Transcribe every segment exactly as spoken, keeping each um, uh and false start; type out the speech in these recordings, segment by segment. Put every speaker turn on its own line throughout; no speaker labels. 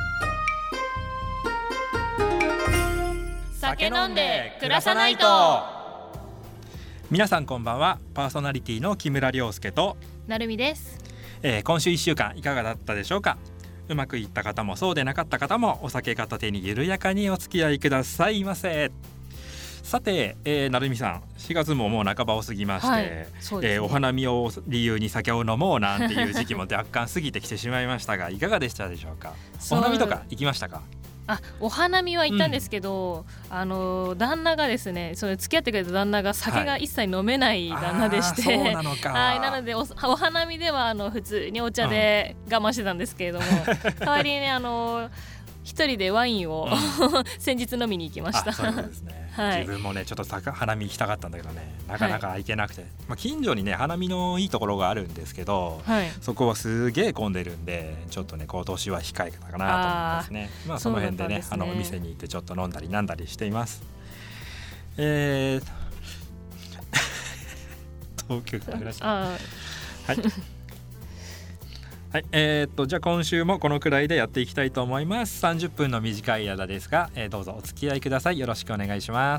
酒飲んで暮らさないと。
皆さんこんばんは。パーソナリティの木村良介と
なるみです、
えー、今週いっしゅうかんいかがだったでしょうか。うまくいった方もそうでなかった方もお酒片手に緩やかにお付き合いくださいませ。さて、えー、なるみさん、しがつももう半ばを過ぎまして、はいねえー、お花見を理由に酒を飲もうなんていう時期も若干過ぎてきてしまいましたがいかがでしたでしょうか。お花見とか行きましたか。
あ、お花見は行ったんですけど、うん、あの旦那がですね、それ付き合ってくれた旦那が酒が一切飲めない旦那でして、はい、
そうなのか。
はい、なので お, お花見ではあの普通にお茶で我慢してたんですけれども、うん、代わりにねあの一人でワインを、うん、先日飲みに行きました。
そうですね、はい、自分もねちょっと花見行きたかったんだけどね、なかなか行けなくて、はい、まあ、近所にね花見のいいところがあるんですけど、はい、そこはすげえ混んでるんでちょっとね今年は控えたかなと思いますね。あ、まあ、その辺で ね, でねあのお店に行ってちょっと飲んだり飲んだりしています。えー東京からいらっしゃい。はいはい、えー、っとじゃあ今週もこのくらいでやっていきたいと思います。さんじゅっぷんの短い間ですが、えー、どうぞお付き合いください。よろしくお願いします。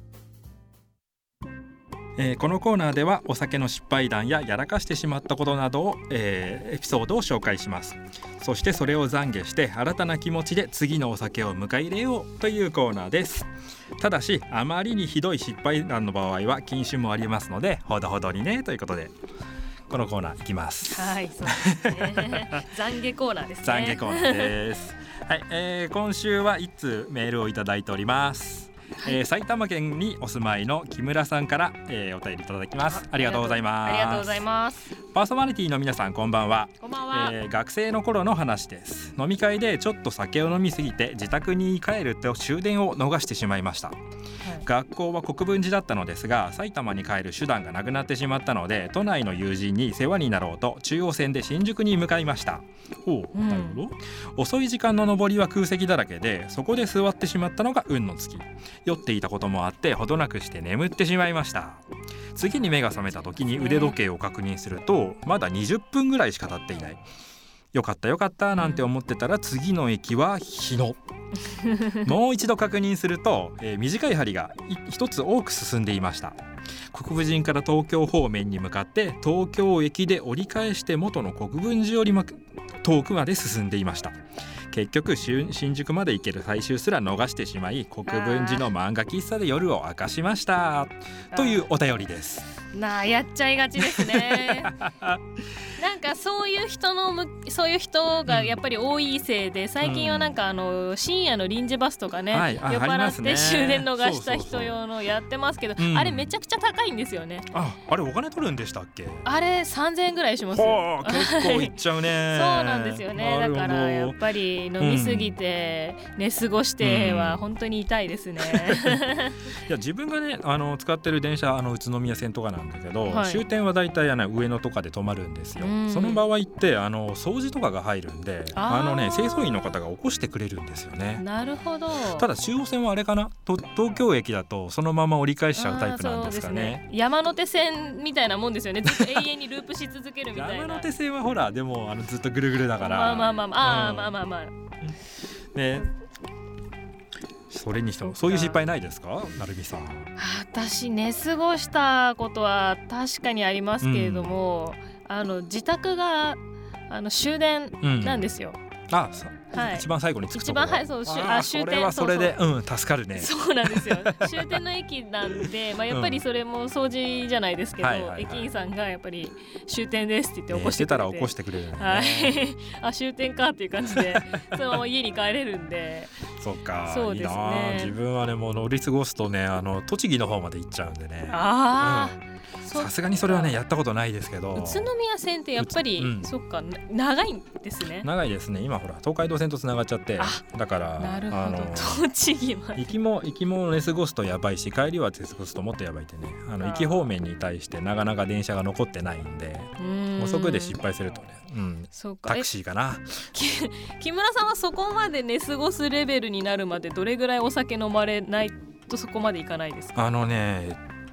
えー、このコーナーではお酒の失敗談ややらかしてしまったことなどを、えー、エピソードを紹介します。そしてそれを懺悔して新たな気持ちで次のお酒を迎え入れようというコーナーです。ただしあまりにひどい失敗談の場合は禁酒もありますのでほどほどにねということでこのコーナーいきます。
はい、そうですね。懺悔コーナーですね。
懺悔コーナーです。はい、えー、今週はいっつうメールをいただいております。はい、えー、埼玉県にお住まいの木村さんから、えー、お便りいただきます。ありがとうございます。
ありがとうございます。
パーソナリティの皆さんこんばんは。
こんばんは。
えー、学生の頃の話です。飲み会でちょっと酒を飲みすぎて自宅に帰ると終電を逃してしまいました。はい、学校は国分寺だったのですが埼玉に帰る手段がなくなってしまったので都内の友人に世話になろうと中央線で新宿に向かいました。ほう、なるほど。遅い時間の上りは空席だらけでそこで座ってしまったのが運の尽き。酔っていたこともあってほどなくして眠ってしまいました。次に目が覚めた時に腕時計を確認するとまだにじゅっぷんぐらいしか経っていない。よかったよかったなんて思ってたら次の駅は日野。もう一度確認すると、えー、短い針が一つ多く進んでいました。国分寺から東京方面に向かって東京駅で折り返して元の国分寺よりも遠くまで進んでいました。結局新宿まで行ける最終すら逃してしまい国分寺の漫画喫茶で夜を明かしましたというお便りです。
なあ、やっちゃいがちですね。なんかそういう人のそういう人がやっぱり多いせいで最近はなんかあの深夜の臨時バスとかね、うん、酔っ払って終電逃した人用のやってますけど、あれめちゃくちゃ高いんですよね。
あ、あれお金取るんでしたっけ。
あれさんぜんえんぐらいしますよ。
結構いっちゃうね。
そうなんですよね。だからやっぱり飲みすぎて寝過ごしては本当に痛いですね。
いや自分がねあの使ってる電車あの宇都宮線とかなんだけど、はい、終点はだいたい上野とかで止まるんですよ。その場合ってあの掃除とかが入るんであの、ね、清掃員の方が起こしてくれるんですよね。
なるほど。
ただ中央線はあれかなと東京駅だとそのまま折り返しちゃうタイプなんですか ね,
ね山手線みたいなもんですよね。ずっと永遠にループし続けるみたいな。
山手線はほらでもあのずっとぐるぐるだから
まあまあまあまあ、うん、あまあまあまあ
ね。それにしてもそういう失敗ないですか、なるみさん。
私寝過ごしたことは確かにありますけれども、うん、あの自宅があの終電なんですよ。
うん、あ、はい、一番最後に着くところ。
一番はいそう
あ終点。それはそれでそうそう、うん、助かるね。
そうなんですよ。終点の駅なんで、まあ、やっぱりそれも掃除じゃないですけど、うんはいはいはい、駅員さんがやっぱり終点ですって言って起こしてくれて、ね、してた
ら起こしてくれるよね。
はい、あ終点かっていう感じでそのまま家に帰れるんで。
そうか、
そうですね。
いいな。自分はねもう乗り過ごすとねあの栃木の方まで行っちゃうんでね。
ああ、うん
さすがにそれはねやったことないですけど、
宇都宮線ってやっぱり、うん、そっか長いんですね。
長いですね。今ほら東海道線とつながっちゃってだから
なるほど、あの栃木まで
行きも行きも寝過ごすとやばいし帰りは寝過ごすともっとやばいってね、あの行き方面に対してなかなか電車が残ってないんで遅くで失敗するとね、うん、そうかタクシーかな。
木村さんはそこまで寝過ごすレベルになるまでどれぐらいお酒飲まれないとそこまでいかないですか。
あのね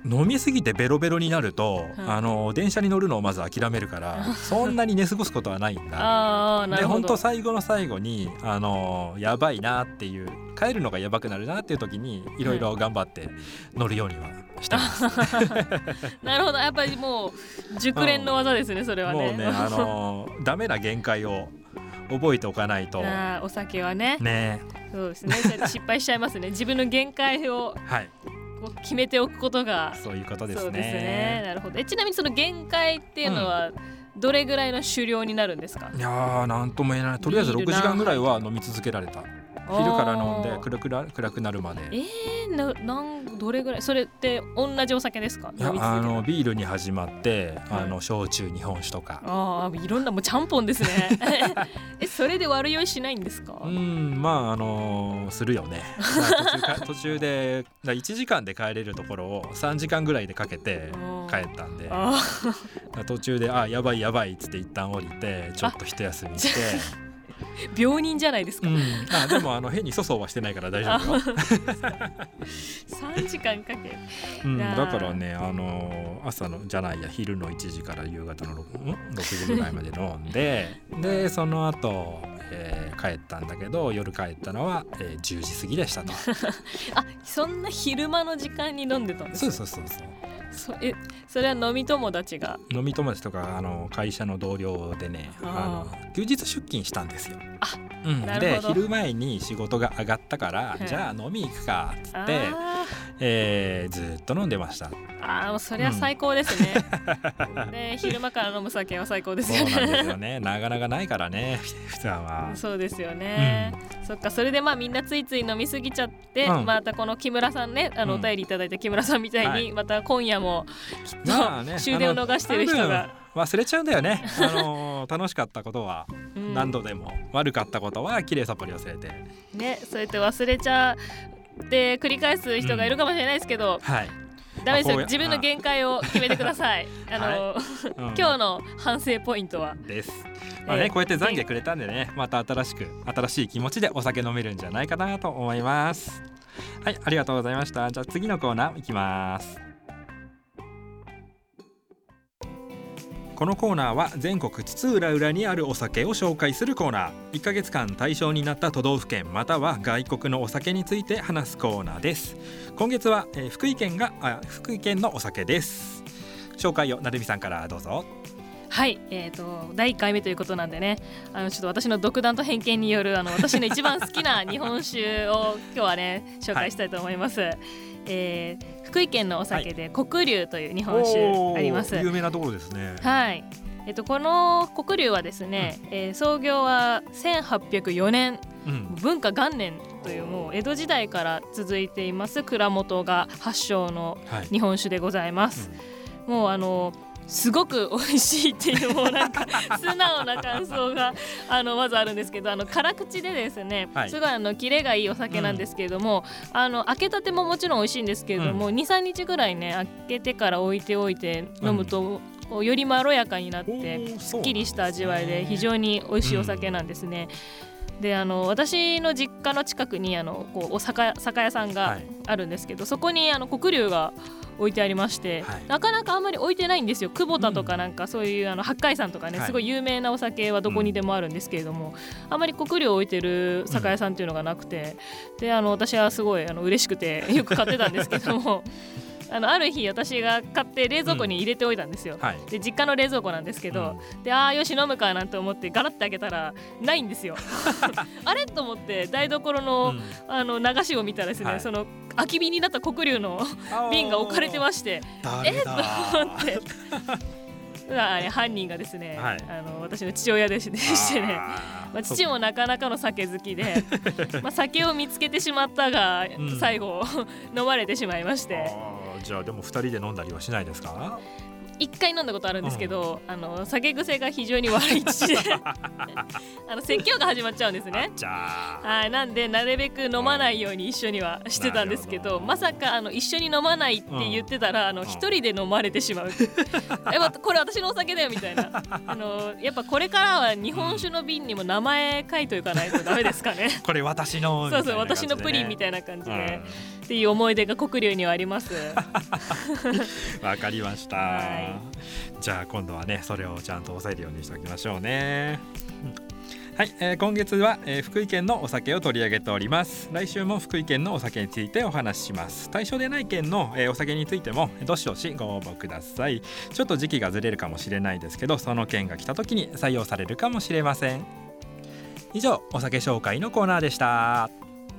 飲みすぎてベロベロになると、
うん、
あの電車に乗るのをまず諦めるからそんなに寝過ごすことはないんだ
あーなるほど。
で本当最後の最後にあのやばいなっていう帰るのがやばくなるなっていう時にいろいろ頑張って乗るようにはしてます、
なるほど。やっぱりもう熟練の技ですね、それはね。
もうねあのダメな限界を覚えておかないと。
あお酒はね。
ね
そうですね。失敗しちゃいますね。自分の限界をこう決めておくことが、
はい、そういうことですね。
そうですね。なるほど。えちなみにその限界っていうのはどれぐらいの酒量になるんですか？
うん、いやーなんとも言えない。とりあえずろくじかんぐらいは飲み続けられた。昼から飲んで暗くな暗くなるまで。
えー、ななんどれぐらい？それって同じお酒ですか？
いやあのビールに始まって、うん、あの焼酎日本酒とか。
ああいろんなもうちゃんぽんですね。えそれで悪酔いしないんですか？
うんまああのー、するよね。まあ、途中途中でいちじかんで帰れるところをさんじかんぐらいでかけて帰ったんで、途中であやばいやばいっつって一旦降りてちょっと一休みして。
病人じゃないですか、
うん、あでもあの変に粗相はしてないから大丈夫よ。
さんじかんかけ、
うん、だからね、あのー、朝のじゃないや昼のいちじから夕方の ろく, ろくじぐらいまで飲んででその後、えー、帰ったんだけど夜帰ったのは、えー、じゅうじ過ぎでしたと。
あそんな昼間の時間に飲んでたんですか？
そうそうそうそう。
そ, えそれは飲み友達が
飲み友達とかあの会社の同僚でねあの休日出勤したんですよ。
あ、
うん、
なるほど。
で昼前に仕事が上がったから、はい、じゃあ飲み行くかっつって、えー、ずっと飲んでました。
あもうそれは最高ですね、うん、で昼間から飲む酒は最高ですよね。
そうなんですよね。なかなかないからね普段は。
そうですよね、うん、そっか。それでまあみんなついつい飲みすぎちゃって、うん、またこの木村さんねあのお便りいただいた木村さんみたいに、はい、また今夜もきっと、まあね、終電を逃してる人が
忘れちゃうんだよね。あのー、楽しかったことは何度でも、うん、悪かったことはきれいさっぱり忘れて
ね。そうやって忘れちゃって繰り返す人がいるかもしれないですけど、
うん、はい
ダメですよ。自分の限界を決めてください。あの、はいうん、今日の反省ポイントは
です。まあね、えー、こうやって懺悔くれたんでね、また新しく新しい気持ちでお酒飲めるんじゃないかなと思います。はい、ありがとうございました。じゃあ次のコーナーいきます。このコーナーは全国津々浦々にあるお酒を紹介するコーナー。いっかげつかん対象になった都道府県または外国のお酒について話すコーナーです。今月は、えー、福井県があ福井県のお酒です。紹介をなるみさんからどうぞ。
はい、えーと、だいいっかいめということなんでね、あのちょっと私の独断と偏見によるあの私の一番好きな日本酒を今日はね紹介したいと思います、はいえー、福井県のお酒で黒龍という日本酒あります。
有名なところですね。
はい、えー、とこの黒龍はですね、うんえー、創業はせんはっぴゃくよねん、うん、文化元年というもう江戸時代から続いています蔵元が発祥の日本酒でございます、はいうん、もうあのすごく美味しいっていうもうなんか素直な感想があのまずあるんですけど、あの辛口でですね、はい、すごいあのキレがいいお酒なんですけれども、うん、あの開けたてももちろん美味しいんですけれども、うん、にさんにちぐらいね開けてから置いておいて飲むと、うん、よりまろやかになってすっきりした味わいで非常に美味しいお酒なんですね、うん、であの私の実家の近くにあのこうお酒、酒屋さんがあるんですけど、はい、そこにあの黒龍が置いてありまして、はい、なかなかあんまり置いてないんですよ。久保田とかなんかそういうあの八海山とかね、はい、すごい有名なお酒はどこにでもあるんですけれども、うん、あんまり黒龍を置いてる酒屋さんっていうのがなくて、うん、であの私はすごいあの嬉しくてよく買ってたんですけどもあのある日私が買って冷蔵庫に入れておいたんですよ、うんはい、で実家の冷蔵庫なんですけど、うん、であーよし飲むかなんて思ってガラッて開けたらないんですよあれと思って台所 の,、うん、あの流しを見たらですね、はい、その空き瓶になった黒龍の瓶が置かれてましてえっと思ってあれ犯人がですね、はい、あの私の父親でし、でしてねまあ、父もなかなかの酒好きでまあ酒を見つけてしまったが、うん、最後飲まれてしまいまして。
じゃあでもふたりで飲んだりはしないですか？
一回飲んだことあるんですけど、うん、あの酒癖が非常に悪い父であの説教が始まっちゃうんですね。はい、なんでなるべく飲まないように一緒にはしてたんですけど、まさかあの一緒に飲まないって言ってたら、うん、あの一人で飲まれてしまうやっぱこれ私のお酒だよみたいなあのやっぱこれからは日本酒の瓶にも名前書いといかないとダメですかね
これ私の、
そうそう、私のプリンみたいな感じで、うん、っていう思い出が黒龍にはあります
わかりました。はい、じゃあ今度はねそれをちゃんと抑えるようにしておきましょうね。はい、えー、今月は、えー、福井県のお酒を取り上げております。来週も福井県のお酒についてお話しします。対象でない県の、えー、お酒についてもどしどしご応募ください。ちょっと時期がずれるかもしれないですけど、その県が来た時に採用されるかもしれません。以上、お酒紹介のコーナーでした。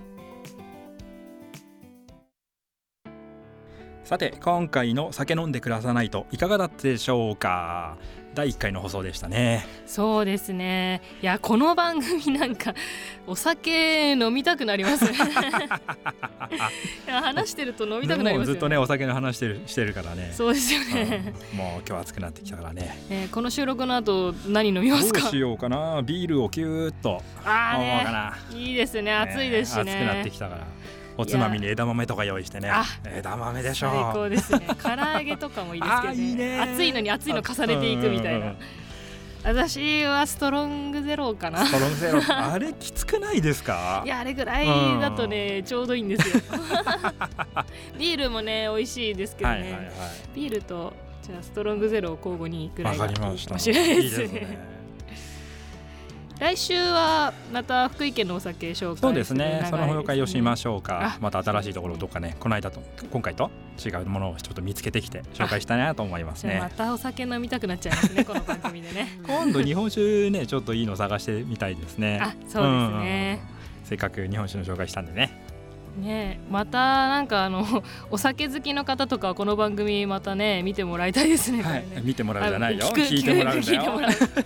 さて、今回の酒飲んで暮らさないといかがだったでしょうか。だいいっかいの放送でしたね。
そうですね。いや、この番組なんかお酒飲みたくなりますねいや、話してると飲みたくなりますよね。
ずっとねお酒の話してるしてるからね。
そうですよね、
うん、もう今日暑くなってきたからね、
えー、この収録の後何飲みますか。
どうしようかな。ビールをキューッと
あー、ね、
飲もうかな。
いいですね。暑いですしね。
暑くなってきたからおつまみに枝豆とか用意してね。枝豆でしょう。
最高ですね。唐揚げとかもいいですけど ね, いいね。暑いのに暑いの重ねていくみたいな。私はストロングゼロかな。
ストロングゼロあれきつくないですか。
いや、あれぐらいだとね、ちょうどいいんですよビールもね美味しいですけどね、はいはいはい、ビールとじゃあストロングゼロを交互にぐらいがいいかもしれないですね。いいですね。来週はまた福井県のお酒紹介する。
そうですね。その紹介をしましょうか。また新しいところとかね、この間と今回と違うものをちょっと見つけてきて紹介したいなと思いますね。
またお酒飲みたくなっちゃいますねこの番組でね
今度日本酒ねちょっといいの探してみたいですね。
あ、そうですね、
うん、せっかく日本酒の紹介したんでね。
ね、またなんかあのお酒好きの方とかこの番組またね見てもらいたいですね。
はい、
ね、
見てもらうじゃないよ、聞いてもらうんだよ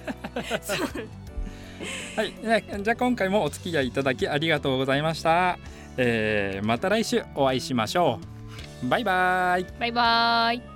はい、じゃあ今回もお付き合いいただきありがとうございました、えー、また来週お会いしましょう。バイバイ。
バイバイ。